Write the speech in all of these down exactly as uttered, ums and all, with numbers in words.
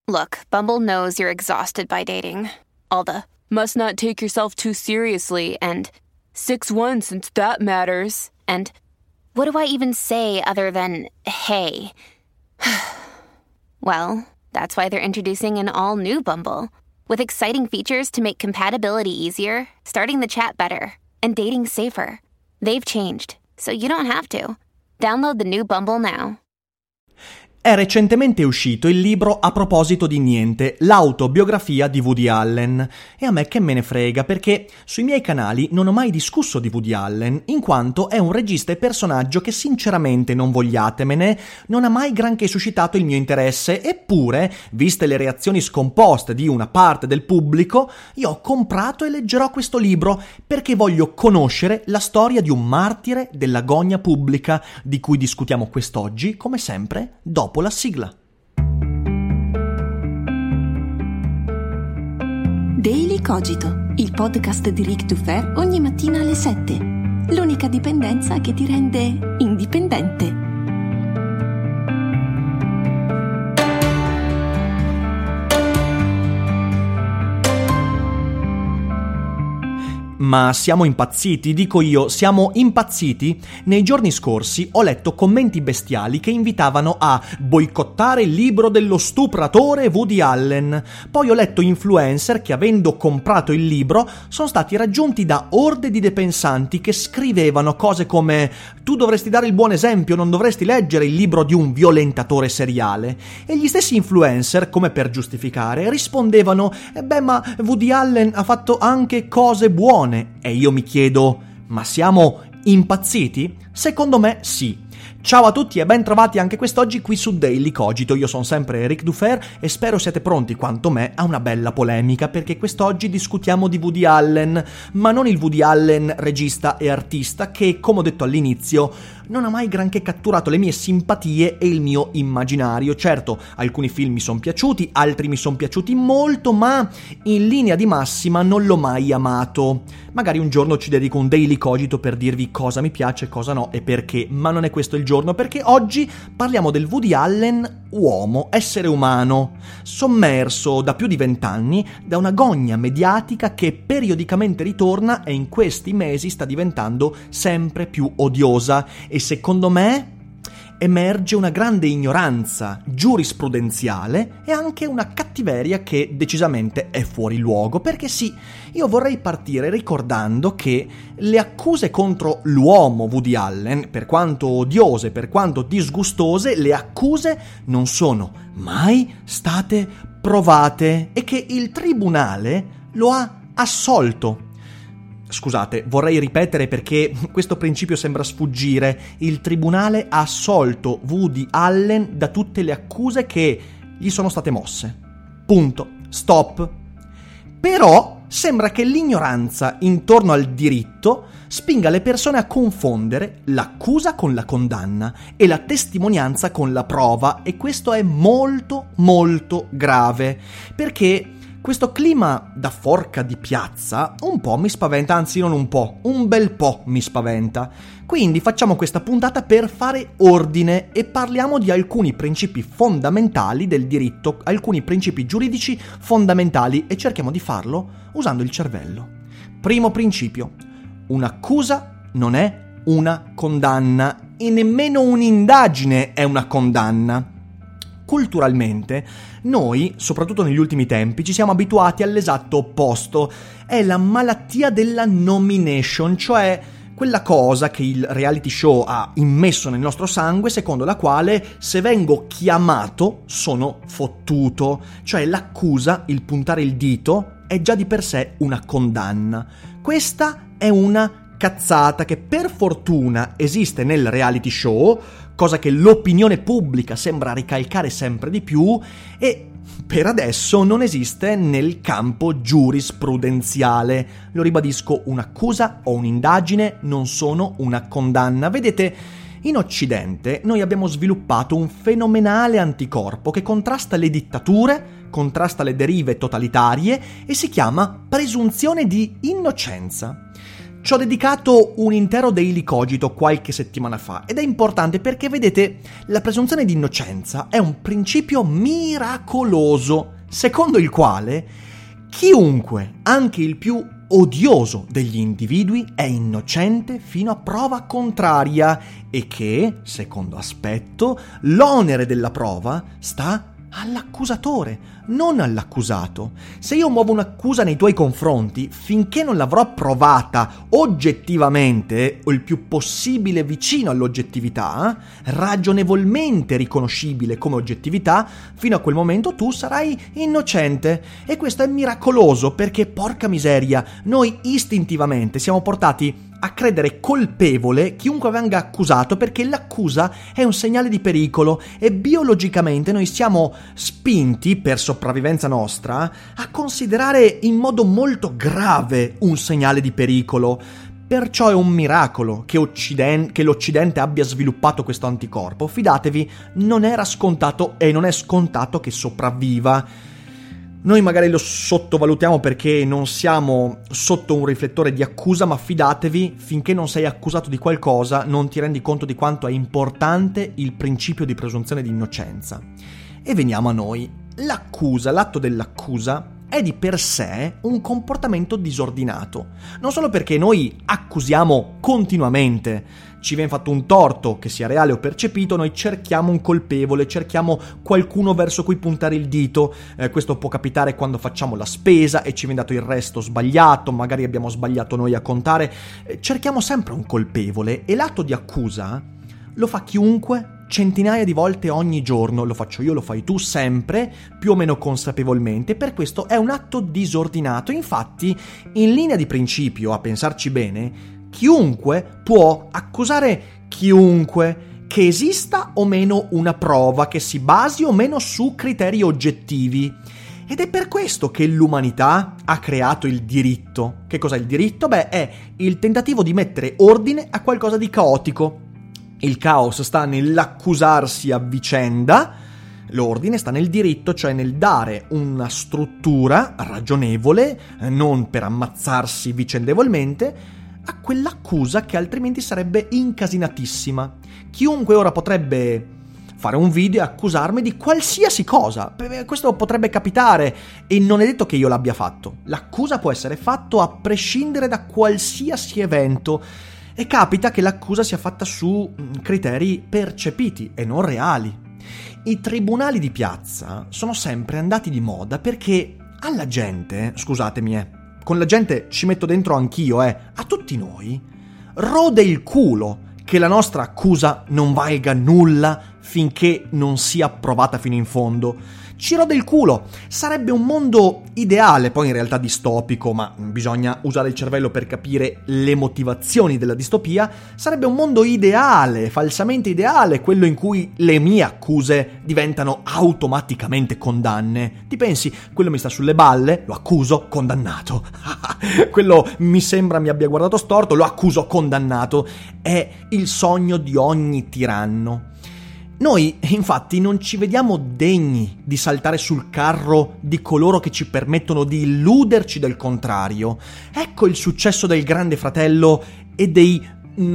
Look, Bumble knows you're exhausted by dating. All the must not take yourself too seriously and six one since that matters. And what do I even say other than hey? Well, that's why they're introducing an all-new Bumble with exciting features to make compatibility easier, starting the chat better, and dating safer. They've changed, so you don't have to. Download the new Bumble now. È recentemente uscito il libro A proposito di niente, l'autobiografia di Woody Allen. E a me che me ne frega, perché sui miei canali non ho mai discusso di Woody Allen, in quanto è un regista e personaggio che sinceramente, non vogliatemene, non ha mai granché suscitato il mio interesse. Eppure, viste le reazioni scomposte di una parte del pubblico, io ho comprato e leggerò questo libro perché voglio conoscere la storia di un martire della gogna pubblica, di cui discutiamo quest'oggi, come sempre, dopo la sigla. Daily Cogito, il podcast di Ric Dufer ogni mattina alle sette. L'unica dipendenza che ti rende indipendente. Ma siamo impazziti, dico io, siamo impazziti? Nei giorni scorsi ho letto commenti bestiali che invitavano a boicottare il libro dello stupratore Woody Allen. Poi ho letto influencer che, avendo comprato il libro, sono stati raggiunti da orde di depensanti che scrivevano cose come «Tu dovresti dare il buon esempio, non dovresti leggere il libro di un violentatore seriale». E gli stessi influencer, come per giustificare, rispondevano «Eh beh, ma Woody Allen ha fatto anche cose buone». E io mi chiedo, ma siamo impazziti? Secondo me sì. Ciao a tutti e ben trovati anche quest'oggi qui su Daily Cogito. Io sono sempre Ric Dufer e spero siate pronti quanto me a una bella polemica, perché quest'oggi discutiamo di Woody Allen, ma non il Woody Allen regista e artista che, come ho detto all'inizio, non ha mai granché catturato le mie simpatie e il mio immaginario. Certo, alcuni film mi sono piaciuti, altri mi sono piaciuti molto, ma in linea di massima non l'ho mai amato. Magari un giorno ci dedico un Daily Cogito per dirvi cosa mi piace, cosa no e perché, ma non è questo il giorno, perché oggi parliamo del Woody Allen uomo, essere umano, sommerso da più di vent'anni da una gogna mediatica che periodicamente ritorna e in questi mesi sta diventando sempre più odiosa. E secondo me emerge una grande ignoranza giurisprudenziale e anche una cattiveria che decisamente è fuori luogo, perché sì, io vorrei partire ricordando che le accuse contro l'uomo Woody Allen, per quanto odiose, per quanto disgustose, le accuse non sono mai state provate e che il tribunale lo ha assolto. Scusate, vorrei ripetere perché questo principio sembra sfuggire. Il tribunale ha assolto Woody Allen da tutte le accuse che gli sono state mosse. Punto. Stop. Però sembra che l'ignoranza intorno al diritto spinga le persone a confondere l'accusa con la condanna e la testimonianza con la prova, e questo è molto molto grave, perché questo clima da forca di piazza un po' mi spaventa, anzi non un po', un bel po' mi spaventa. Quindi facciamo questa puntata per fare ordine e parliamo di alcuni principi fondamentali del diritto, alcuni principi giuridici fondamentali, e cerchiamo di farlo usando il cervello. Primo principio: un'accusa non è una condanna e nemmeno un'indagine è una condanna. Culturalmente, noi, soprattutto negli ultimi tempi, ci siamo abituati all'esatto opposto. È la malattia della nomination, cioè quella cosa che il reality show ha immesso nel nostro sangue, secondo la quale se vengo chiamato sono fottuto. Cioè l'accusa, il puntare il dito, è già di per sé una condanna. Questa è una cazzata che per fortuna esiste nel reality show, cosa che l'opinione pubblica sembra ricalcare sempre di più, e per adesso non esiste nel campo giurisprudenziale. Lo ribadisco, un'accusa o un'indagine non sono una condanna. Vedete, in Occidente noi abbiamo sviluppato un fenomenale anticorpo che contrasta le dittature, contrasta le derive totalitarie e si chiama presunzione di innocenza. Ci ho dedicato un intero Daily Cogito qualche settimana fa ed è importante perché, vedete, la presunzione di innocenza è un principio miracoloso, secondo il quale chiunque, anche il più odioso degli individui, è innocente fino a prova contraria e che, secondo aspetto, l'onere della prova sta all'accusatore, non all'accusato. Se io muovo un'accusa nei tuoi confronti, finché non l'avrò provata oggettivamente, o il più possibile vicino all'oggettività, ragionevolmente riconoscibile come oggettività, fino a quel momento tu sarai innocente. E questo è miracoloso perché, porca miseria, noi istintivamente siamo portati a credere colpevole chiunque venga accusato, perché l'accusa è un segnale di pericolo e biologicamente noi siamo spinti, per sopravvivenza nostra, a considerare in modo molto grave un segnale di pericolo. Perciò è un miracolo che, Occiden- che l'Occidente abbia sviluppato questo anticorpo. Fidatevi, non era scontato e non è scontato che sopravviva. Noi magari lo sottovalutiamo perché non siamo sotto un riflettore di accusa, ma fidatevi, finché non sei accusato di qualcosa non ti rendi conto di quanto è importante il principio di presunzione di innocenza. E veniamo a noi. L'accusa, l'atto dell'accusa, è di per sé un comportamento disordinato. Non solo perché noi accusiamo continuamente, ci viene fatto un torto, che sia reale o percepito, noi cerchiamo un colpevole, cerchiamo qualcuno verso cui puntare il dito. Eh, questo può capitare quando facciamo la spesa e ci viene dato il resto sbagliato, magari abbiamo sbagliato noi a contare. Eh, cerchiamo sempre un colpevole e l'atto di accusa lo fa chiunque centinaia di volte ogni giorno. Lo faccio io, lo fai tu, sempre, più o meno consapevolmente. Per questo è un atto disordinato. Infatti, in linea di principio, a pensarci bene, chiunque può accusare chiunque, che esista o meno una prova, che si basi o meno su criteri oggettivi. Ed è per questo che l'umanità ha creato il diritto. Che cos'è il diritto? Beh, è il tentativo di mettere ordine a qualcosa di caotico. Il caos sta nell'accusarsi a vicenda, l'ordine sta nel diritto, cioè nel dare una struttura ragionevole, non per ammazzarsi vicendevolmente, a quell'accusa che altrimenti sarebbe incasinatissima. Chiunque ora potrebbe fare un video e accusarmi di qualsiasi cosa. Questo potrebbe capitare e non è detto che io l'abbia fatto. L'accusa può essere fatta a prescindere da qualsiasi evento. E capita che l'accusa sia fatta su criteri percepiti e non reali. I tribunali di piazza sono sempre andati di moda perché alla gente, scusatemi, eh, con la gente ci metto dentro anch'io, eh, a tutti noi, rode il culo che la nostra accusa non valga nulla finché non sia provata fino in fondo. Ci rode il culo. Sarebbe un mondo ideale, poi in realtà distopico, ma bisogna usare il cervello per capire le motivazioni della distopia. Sarebbe un mondo ideale, falsamente ideale, quello in cui le mie accuse diventano automaticamente condanne. Ti pensi, quello mi sta sulle balle, lo accuso, condannato. Quello mi sembra mi abbia guardato storto, lo accuso, condannato. È il sogno di ogni tiranno. Noi, infatti, non ci vediamo degni di saltare sul carro di coloro che ci permettono di illuderci del contrario. Ecco il successo del Grande Fratello e dei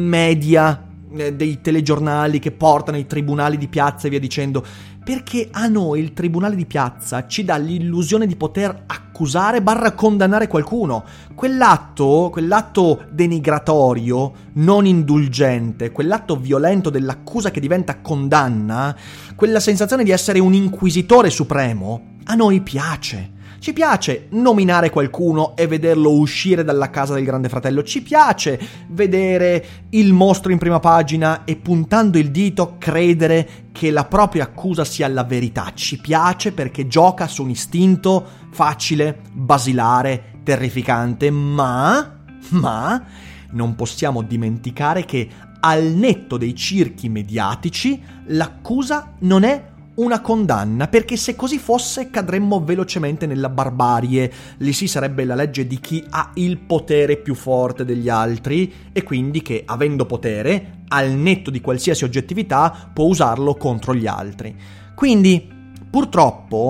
media, dei telegiornali che portano i tribunali di piazza e via dicendo, perché a noi il tribunale di piazza ci dà l'illusione di poter accusare barra condannare qualcuno. Quell'atto, quell'atto denigratorio, non indulgente, quell'atto violento dell'accusa che diventa condanna, quella sensazione di essere un inquisitore supremo, a noi piace. Ci piace nominare qualcuno e vederlo uscire dalla casa del Grande Fratello. Ci piace vedere il mostro in prima pagina e, puntando il dito, credere che la propria accusa sia la verità. Ci piace perché gioca su un istinto facile, basilare, terrificante, ma, ma non possiamo dimenticare che al netto dei circhi mediatici l'accusa non è una condanna, perché se così fosse cadremmo velocemente nella barbarie. Lì sì sarebbe la legge di chi ha il potere più forte degli altri e quindi che, avendo potere, al netto di qualsiasi oggettività, può usarlo contro gli altri. Quindi, purtroppo,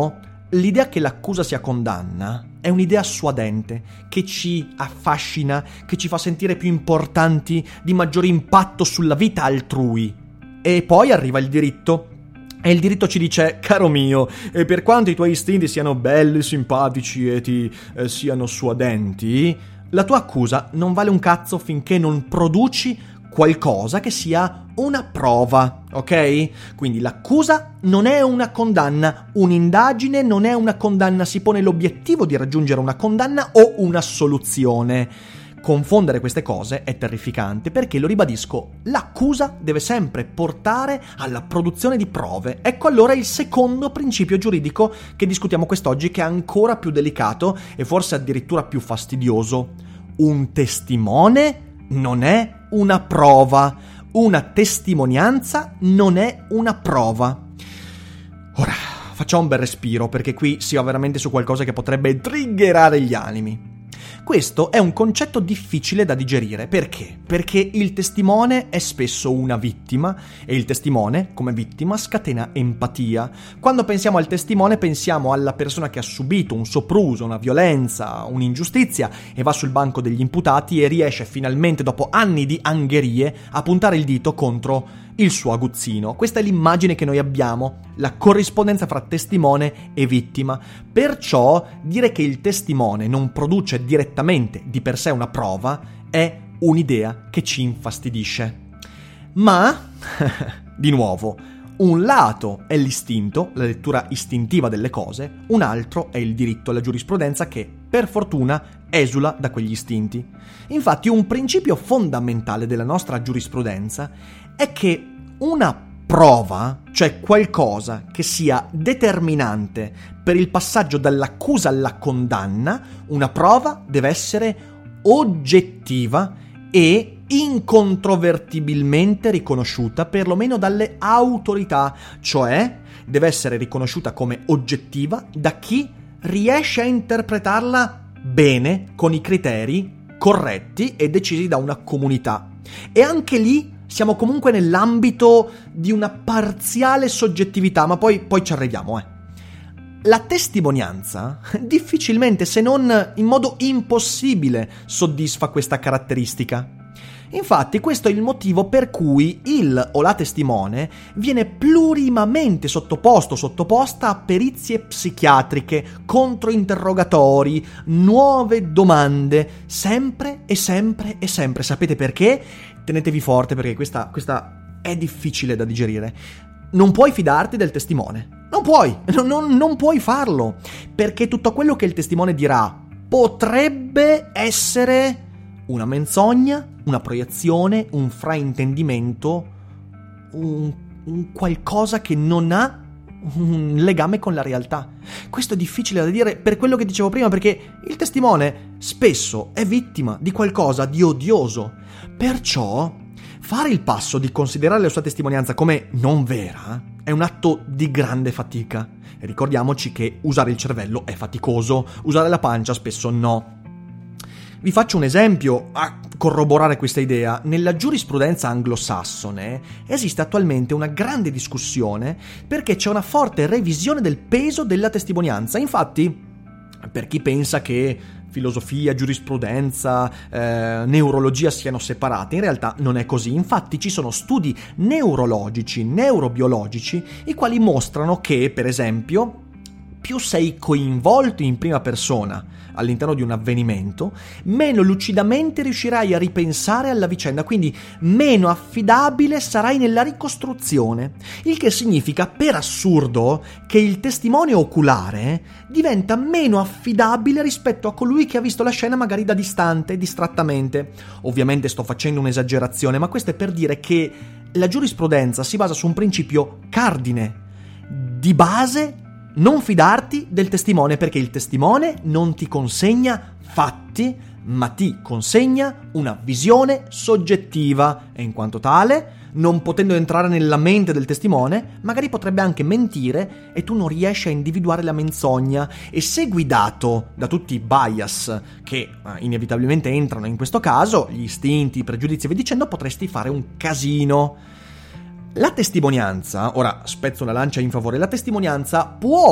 l'idea che l'accusa sia condanna è un'idea suadente, che ci affascina, che ci fa sentire più importanti, di maggiore impatto sulla vita altrui. E poi arriva il diritto. E il diritto ci dice: caro mio, e per quanto i tuoi istinti siano belli, simpatici e ti eh, siano suadenti, la tua accusa non vale un cazzo finché non produci qualcosa che sia una prova, ok? Quindi l'accusa non è una condanna, un'indagine non è una condanna, si pone l'obiettivo di raggiungere una condanna o una soluzione. Confondere queste cose è terrificante perché, lo ribadisco, l'accusa deve sempre portare alla produzione di prove. Ecco allora il secondo principio giuridico che discutiamo quest'oggi, che è ancora più delicato e forse addirittura più fastidioso. Un testimone non è una prova. Una testimonianza non è una prova. Ora, facciamo un bel respiro perché qui si va veramente su qualcosa che potrebbe triggerare gli animi. Questo è un concetto difficile da digerire. Perché? Perché il testimone è spesso una vittima e il testimone, come vittima, scatena empatia. Quando pensiamo al testimone pensiamo alla persona che ha subito un sopruso, una violenza, un'ingiustizia e va sul banco degli imputati e riesce finalmente, dopo anni di angherie, a puntare il dito contro il suo aguzzino. Questa è l'immagine che noi abbiamo, la corrispondenza fra testimone e vittima. Perciò dire che il testimone non produce direttamente di per sé una prova è un'idea che ci infastidisce. Ma, di nuovo, un lato è l'istinto, la lettura istintiva delle cose, un altro è il diritto, la giurisprudenza che, per fortuna, esula da quegli istinti. Infatti, un principio fondamentale della nostra giurisprudenza è che una prova, cioè qualcosa che sia determinante per il passaggio dall'accusa alla condanna, una prova deve essere oggettiva e incontrovertibilmente riconosciuta perlomeno dalle autorità, cioè deve essere riconosciuta come oggettiva da chi riesce a interpretarla bene, con i criteri corretti e decisi da una comunità. E anche lì siamo comunque nell'ambito di una parziale soggettività, ma poi, poi ci arriviamo, eh. La testimonianza difficilmente, se non in modo impossibile, soddisfa questa caratteristica. Infatti, questo è il motivo per cui il o la testimone viene plurimamente sottoposto, sottoposta a perizie psichiatriche, controinterrogatori, nuove domande, sempre e sempre e sempre. Sapete perché? Tenetevi forte perché questa, questa è difficile da digerire. Non puoi fidarti del testimone. Non puoi, non, non puoi farlo. Perché tutto quello che il testimone dirà potrebbe essere una menzogna, una proiezione, un fraintendimento, un, un qualcosa che non ha un legame con la realtà. Questo è difficile da dire per quello che dicevo prima, perché il testimone spesso è vittima di qualcosa di odioso. Perciò fare il passo di considerare la sua testimonianza come non vera è un atto di grande fatica. E ricordiamoci che usare il cervello è faticoso, usare la pancia spesso no. Vi faccio un esempio a corroborare questa idea. Nella giurisprudenza anglosassone esiste attualmente una grande discussione perché c'è una forte revisione del peso della testimonianza. Infatti, per chi pensa che filosofia, giurisprudenza, eh, neurologia siano separate, in realtà non è così. Infatti ci sono studi neurologici, neurobiologici, i quali mostrano che, per esempio, più sei coinvolto in prima persona all'interno di un avvenimento, meno lucidamente riuscirai a ripensare alla vicenda, quindi meno affidabile sarai nella ricostruzione, il che significa, per assurdo, che il testimone oculare diventa meno affidabile rispetto a colui che ha visto la scena magari da distante, distrattamente. Ovviamente sto facendo un'esagerazione, ma questo è per dire che la giurisprudenza si basa su un principio cardine, di base. Non fidarti del testimone, perché il testimone non ti consegna fatti, ma ti consegna una visione soggettiva e in quanto tale, non potendo entrare nella mente del testimone, magari potrebbe anche mentire e tu non riesci a individuare la menzogna. E se guidato da tutti i bias che eh, inevitabilmente entrano in questo caso, gli istinti, i pregiudizi e via dicendo, potresti fare un casino. La testimonianza, ora spezzo una lancia in favore, la testimonianza può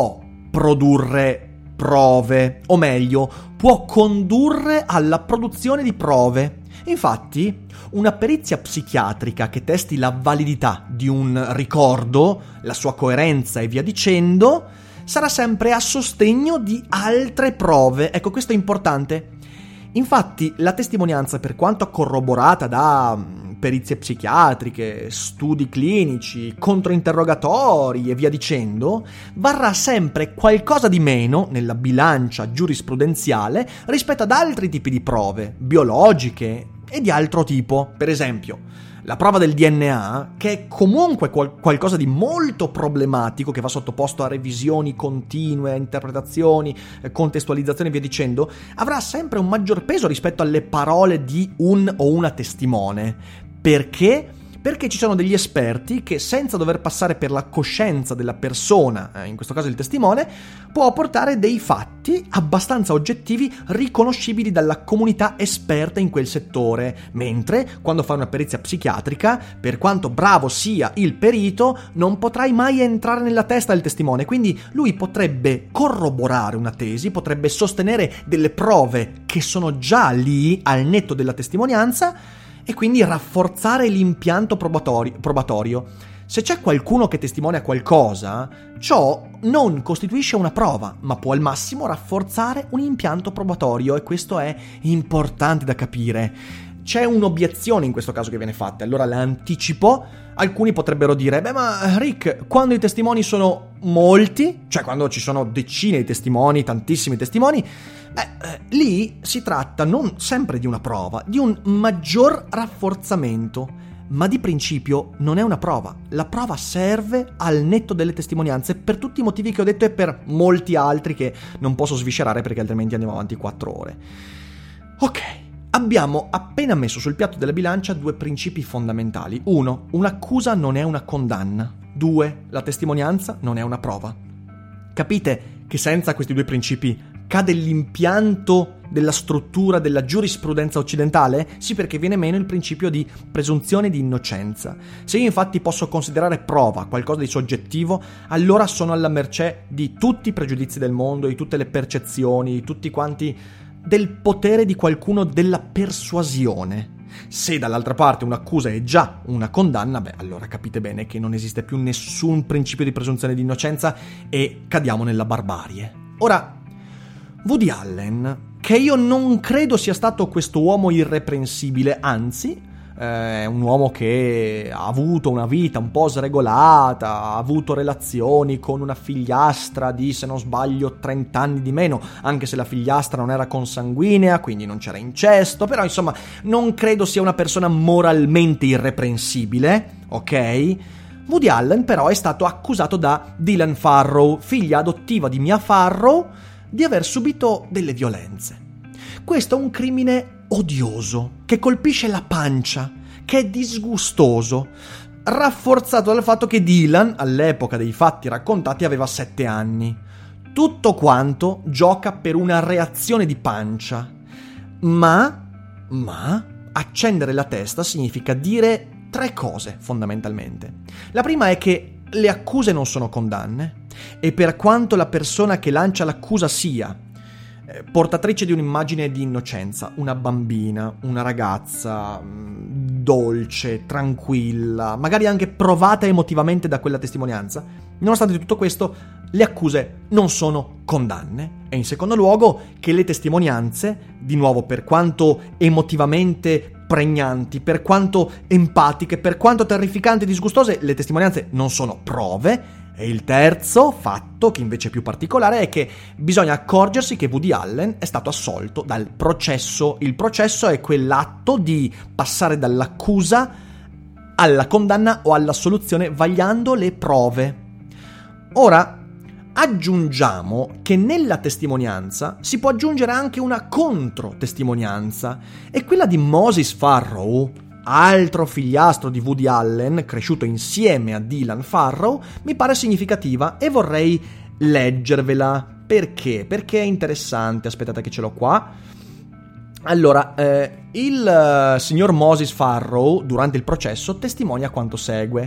produrre prove, o meglio, può condurre alla produzione di prove. Infatti, una perizia psichiatrica che testi la validità di un ricordo, la sua coerenza e via dicendo, sarà sempre a sostegno di altre prove. Ecco, questo è importante. Infatti, la testimonianza, per quanto corroborata da perizie psichiatriche, studi clinici, controinterrogatori e via dicendo, varrà sempre qualcosa di meno nella bilancia giurisprudenziale rispetto ad altri tipi di prove, biologiche e di altro tipo. Per esempio, la prova del D N A, che è comunque qual- qualcosa di molto problematico, che va sottoposto a revisioni continue, a interpretazioni, eh, contestualizzazioni e via dicendo, avrà sempre un maggior peso rispetto alle parole di un o una testimone. Perché? Perché ci sono degli esperti che, senza dover passare per la coscienza della persona, eh, in questo caso il testimone, può portare dei fatti abbastanza oggettivi riconoscibili dalla comunità esperta in quel settore, mentre quando fa una perizia psichiatrica, per quanto bravo sia il perito, non potrai mai entrare nella testa del testimone, quindi lui potrebbe corroborare una tesi, potrebbe sostenere delle prove che sono già lì al netto della testimonianza, e quindi rafforzare l'impianto probatorio. probatorio. Se c'è qualcuno che testimonia qualcosa, ciò non costituisce una prova, ma può al massimo rafforzare un impianto probatorio, e questo è importante da capire. C'è un'obiezione in questo caso che viene fatta, allora la anticipo. Alcuni potrebbero dire, beh ma Rick, quando i testimoni sono molti, cioè quando ci sono decine di testimoni, tantissimi testimoni, beh, eh, lì si tratta non sempre di una prova, di un maggior rafforzamento, ma di principio non è una prova. La prova serve al netto delle testimonianze per tutti i motivi che ho detto e per molti altri che non posso sviscerare perché altrimenti andiamo avanti quattro ore. Ok. Abbiamo appena messo sul piatto della bilancia due principi fondamentali. Uno, un'accusa non è una condanna. Due, la testimonianza non è una prova. Capite che senza questi due principi cade l'impianto della struttura della giurisprudenza occidentale? Sì, perché viene meno il principio di presunzione di innocenza. Se io infatti posso considerare prova qualcosa di soggettivo, allora sono alla mercé di tutti i pregiudizi del mondo, di tutte le percezioni, di tutti quanti del potere di qualcuno della persuasione. Se dall'altra parte un'accusa è già una condanna, beh, allora capite bene che non esiste più nessun principio di presunzione di innocenza e cadiamo nella barbarie. Ora, Woody Allen, che io non credo sia stato questo uomo irreprensibile, anzi, è un uomo che ha avuto una vita un po' sregolata, ha avuto relazioni con una figliastra di, se non sbaglio, trenta anni di meno, anche se la figliastra non era consanguinea, quindi non c'era incesto, però insomma non credo sia una persona moralmente irreprensibile, ok? Woody Allen però è stato accusato da Dylan Farrow, figlia adottiva di Mia Farrow, di aver subito delle violenze. Questo è un crimine odioso, che colpisce la pancia, che è disgustoso, rafforzato dal fatto che Dylan, all'epoca dei fatti raccontati, aveva sette anni. Tutto quanto gioca per una reazione di pancia. Ma, ma, accendere la testa significa dire tre cose, fondamentalmente. La prima è che le accuse non sono condanne, e per quanto la persona che lancia l'accusa sia portatrice di un'immagine di innocenza, una bambina, una ragazza dolce, tranquilla, magari anche provata emotivamente da quella testimonianza, nonostante tutto questo, le accuse non sono condanne. E in secondo luogo, che le testimonianze, di nuovo, per quanto emotivamente pregnanti, per quanto empatiche, per quanto terrificanti e disgustose, le testimonianze non sono prove. E il terzo fatto, che invece è più particolare, è che bisogna accorgersi che Woody Allen è stato assolto dal processo. Il processo è quell'atto di passare dall'accusa alla condanna o all'assoluzione vagliando le prove. Ora, aggiungiamo che nella testimonianza si può aggiungere anche una controtestimonianza, e quella di Moses Farrow, altro figliastro di Woody Allen, cresciuto insieme a Dylan Farrow, mi pare significativa e vorrei leggervela. Perché? Perché è interessante. Aspettate che ce l'ho qua. Allora, eh, il uh, signor Moses Farrow, durante il processo, testimonia quanto segue.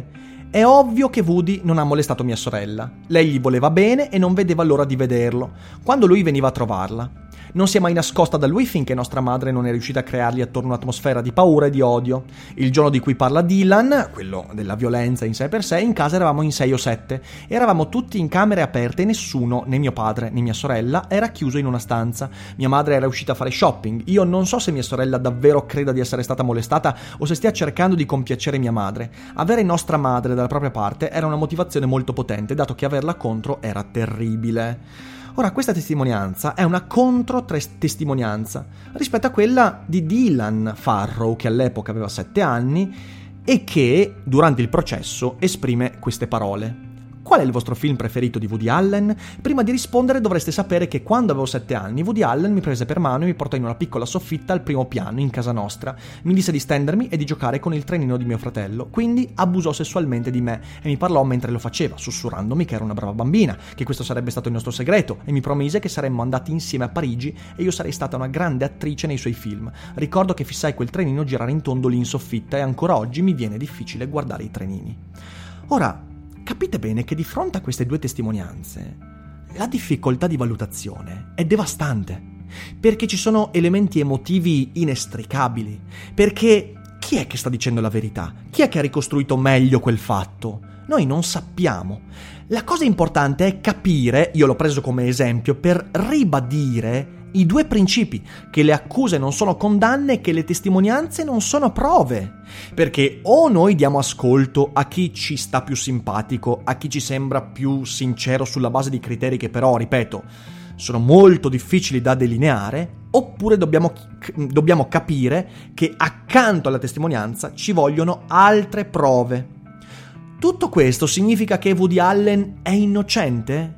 È ovvio che Woody non ha molestato mia sorella. Lei gli voleva bene e non vedeva l'ora di vederlo, quando lui veniva a trovarla. Non si è mai nascosta da lui finché nostra madre non è riuscita a creargli attorno un'atmosfera di paura e di odio. Il giorno di cui parla Dylan, quello della violenza in sé per sé, in casa eravamo in sei o sette. Eravamo tutti in camere aperte e nessuno, né mio padre né mia sorella, era chiuso in una stanza. Mia madre era uscita a fare shopping. Io non so se mia sorella davvero creda di essere stata molestata o se stia cercando di compiacere mia madre. Avere nostra madre dalla propria parte era una motivazione molto potente, dato che averla contro era terribile. Ora, questa testimonianza è una contro-testimonianza rispetto a quella di Dylan Farrow, che all'epoca aveva sette anni e che, durante il processo, esprime queste parole. Qual è il vostro film preferito di Woody Allen? Prima di rispondere dovreste sapere che quando avevo sette anni Woody Allen mi prese per mano e mi portò in una piccola soffitta al primo piano in casa nostra. Mi disse di stendermi e di giocare con il trenino di mio fratello, quindi abusò sessualmente di me e mi parlò mentre lo faceva, sussurrandomi che ero una brava bambina, che questo sarebbe stato il nostro segreto, e mi promise che saremmo andati insieme a Parigi e io sarei stata una grande attrice nei suoi film. Ricordo che fissai quel trenino girare in tondo lì in soffitta e ancora oggi mi viene difficile guardare i trenini. Ora, capite bene che di fronte a queste due testimonianze la difficoltà di valutazione è devastante, perché ci sono elementi emotivi inestricabili, perché chi è che sta dicendo la verità? Chi è che ha ricostruito meglio quel fatto? Noi non sappiamo. La cosa importante è capire, io l'ho preso come esempio per ribadire i due principi, che le accuse non sono condanne e che le testimonianze non sono prove. Perché o noi diamo ascolto a chi ci sta più simpatico, a chi ci sembra più sincero sulla base di criteri che però, ripeto, sono molto difficili da delineare, oppure dobbiamo, dobbiamo capire che accanto alla testimonianza ci vogliono altre prove. Tutto questo significa che Woody Allen è innocente?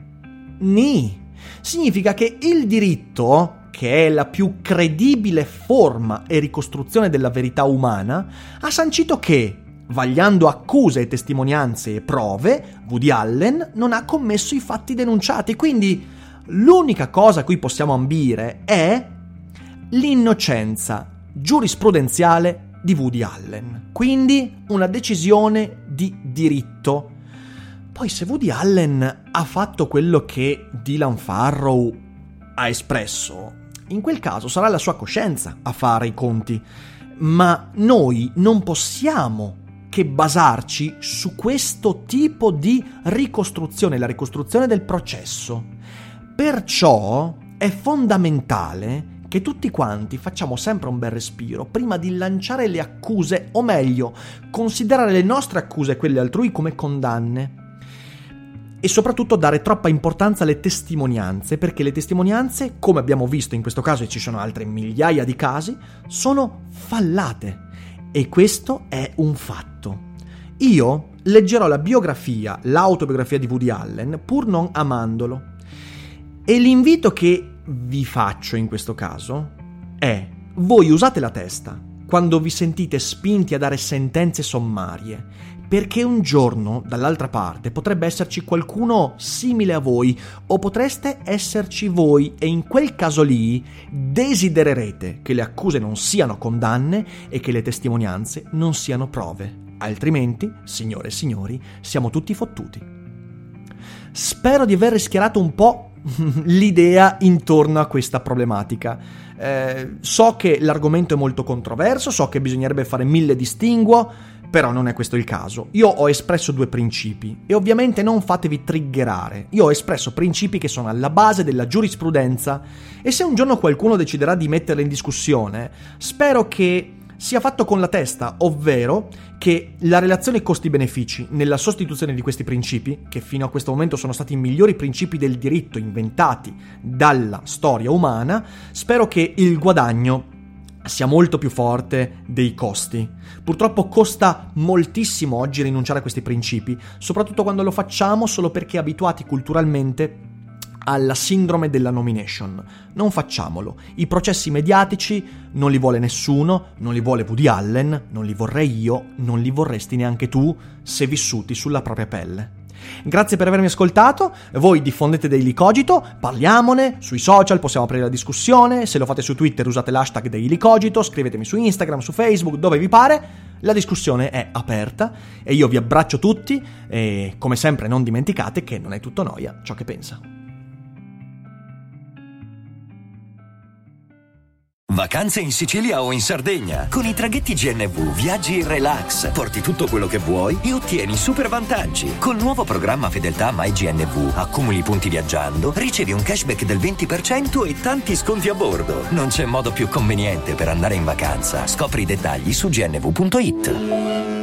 Nì. Significa che il diritto, che è la più credibile forma e ricostruzione della verità umana, ha sancito che, vagliando accuse e testimonianze e prove, Woody Allen non ha commesso i fatti denunciati. Quindi l'unica cosa a cui possiamo ambire è l'innocenza giurisprudenziale di Woody Allen. Quindi una decisione di diritto. Poi se Woody Allen ha fatto quello che Dylan Farrow ha espresso, in quel caso sarà la sua coscienza a fare i conti, ma noi non possiamo che basarci su questo tipo di ricostruzione, la ricostruzione del processo. Perciò è fondamentale che tutti quanti facciamo sempre un bel respiro prima di lanciare le accuse, o meglio, considerare le nostre accuse e quelle altrui come condanne. E soprattutto dare troppa importanza alle testimonianze, perché le testimonianze, come abbiamo visto in questo caso e ci sono altre migliaia di casi, sono fallate. E questo è un fatto. Io leggerò la biografia, l'autobiografia di Woody Allen, pur non amandolo. E l'invito che vi faccio in questo caso è: voi usate la testa quando vi sentite spinti a dare sentenze sommarie, perché un giorno, dall'altra parte, potrebbe esserci qualcuno simile a voi, o potreste esserci voi, e in quel caso lì desidererete che le accuse non siano condanne e che le testimonianze non siano prove. Altrimenti, signore e signori, siamo tutti fottuti. Spero di aver rischiarato un po' l'idea intorno a questa problematica. Eh, so che l'argomento è molto controverso, so che bisognerebbe fare mille distinguo, però non è questo il caso. Io ho espresso due principi e ovviamente non fatevi triggerare. Io ho espresso principi che sono alla base della giurisprudenza e se un giorno qualcuno deciderà di metterli in discussione, spero che sia fatto con la testa, ovvero che la relazione costi-benefici nella sostituzione di questi principi, che fino a questo momento sono stati i migliori principi del diritto inventati dalla storia umana, spero che il guadagno sia molto più forte dei costi. Purtroppo costa moltissimo oggi rinunciare a questi principi, soprattutto quando lo facciamo solo perché abituati culturalmente alla sindrome della nomination. Non facciamolo. I processi mediatici non li vuole nessuno, non li vuole Woody Allen, non li vorrei io, non li vorresti neanche tu se vissuti sulla propria pelle. Grazie per avermi ascoltato, voi diffondete Daily Cogito, parliamone, sui social possiamo aprire la discussione, se lo fate su Twitter usate l'hashtag Daily Cogito, scrivetemi su Instagram, su Facebook, dove vi pare. La discussione è aperta e io vi abbraccio tutti e, come sempre, non dimenticate che non è tutto noia ciò che pensa. Vacanze in Sicilia o in Sardegna. Con i traghetti G N V viaggi in relax, porti tutto quello che vuoi e ottieni super vantaggi. Col nuovo programma Fedeltà MyGNV accumuli punti viaggiando, ricevi un cashback del venti per cento e tanti sconti a bordo. Non c'è modo più conveniente per andare in vacanza. Scopri i dettagli su gnv punto it.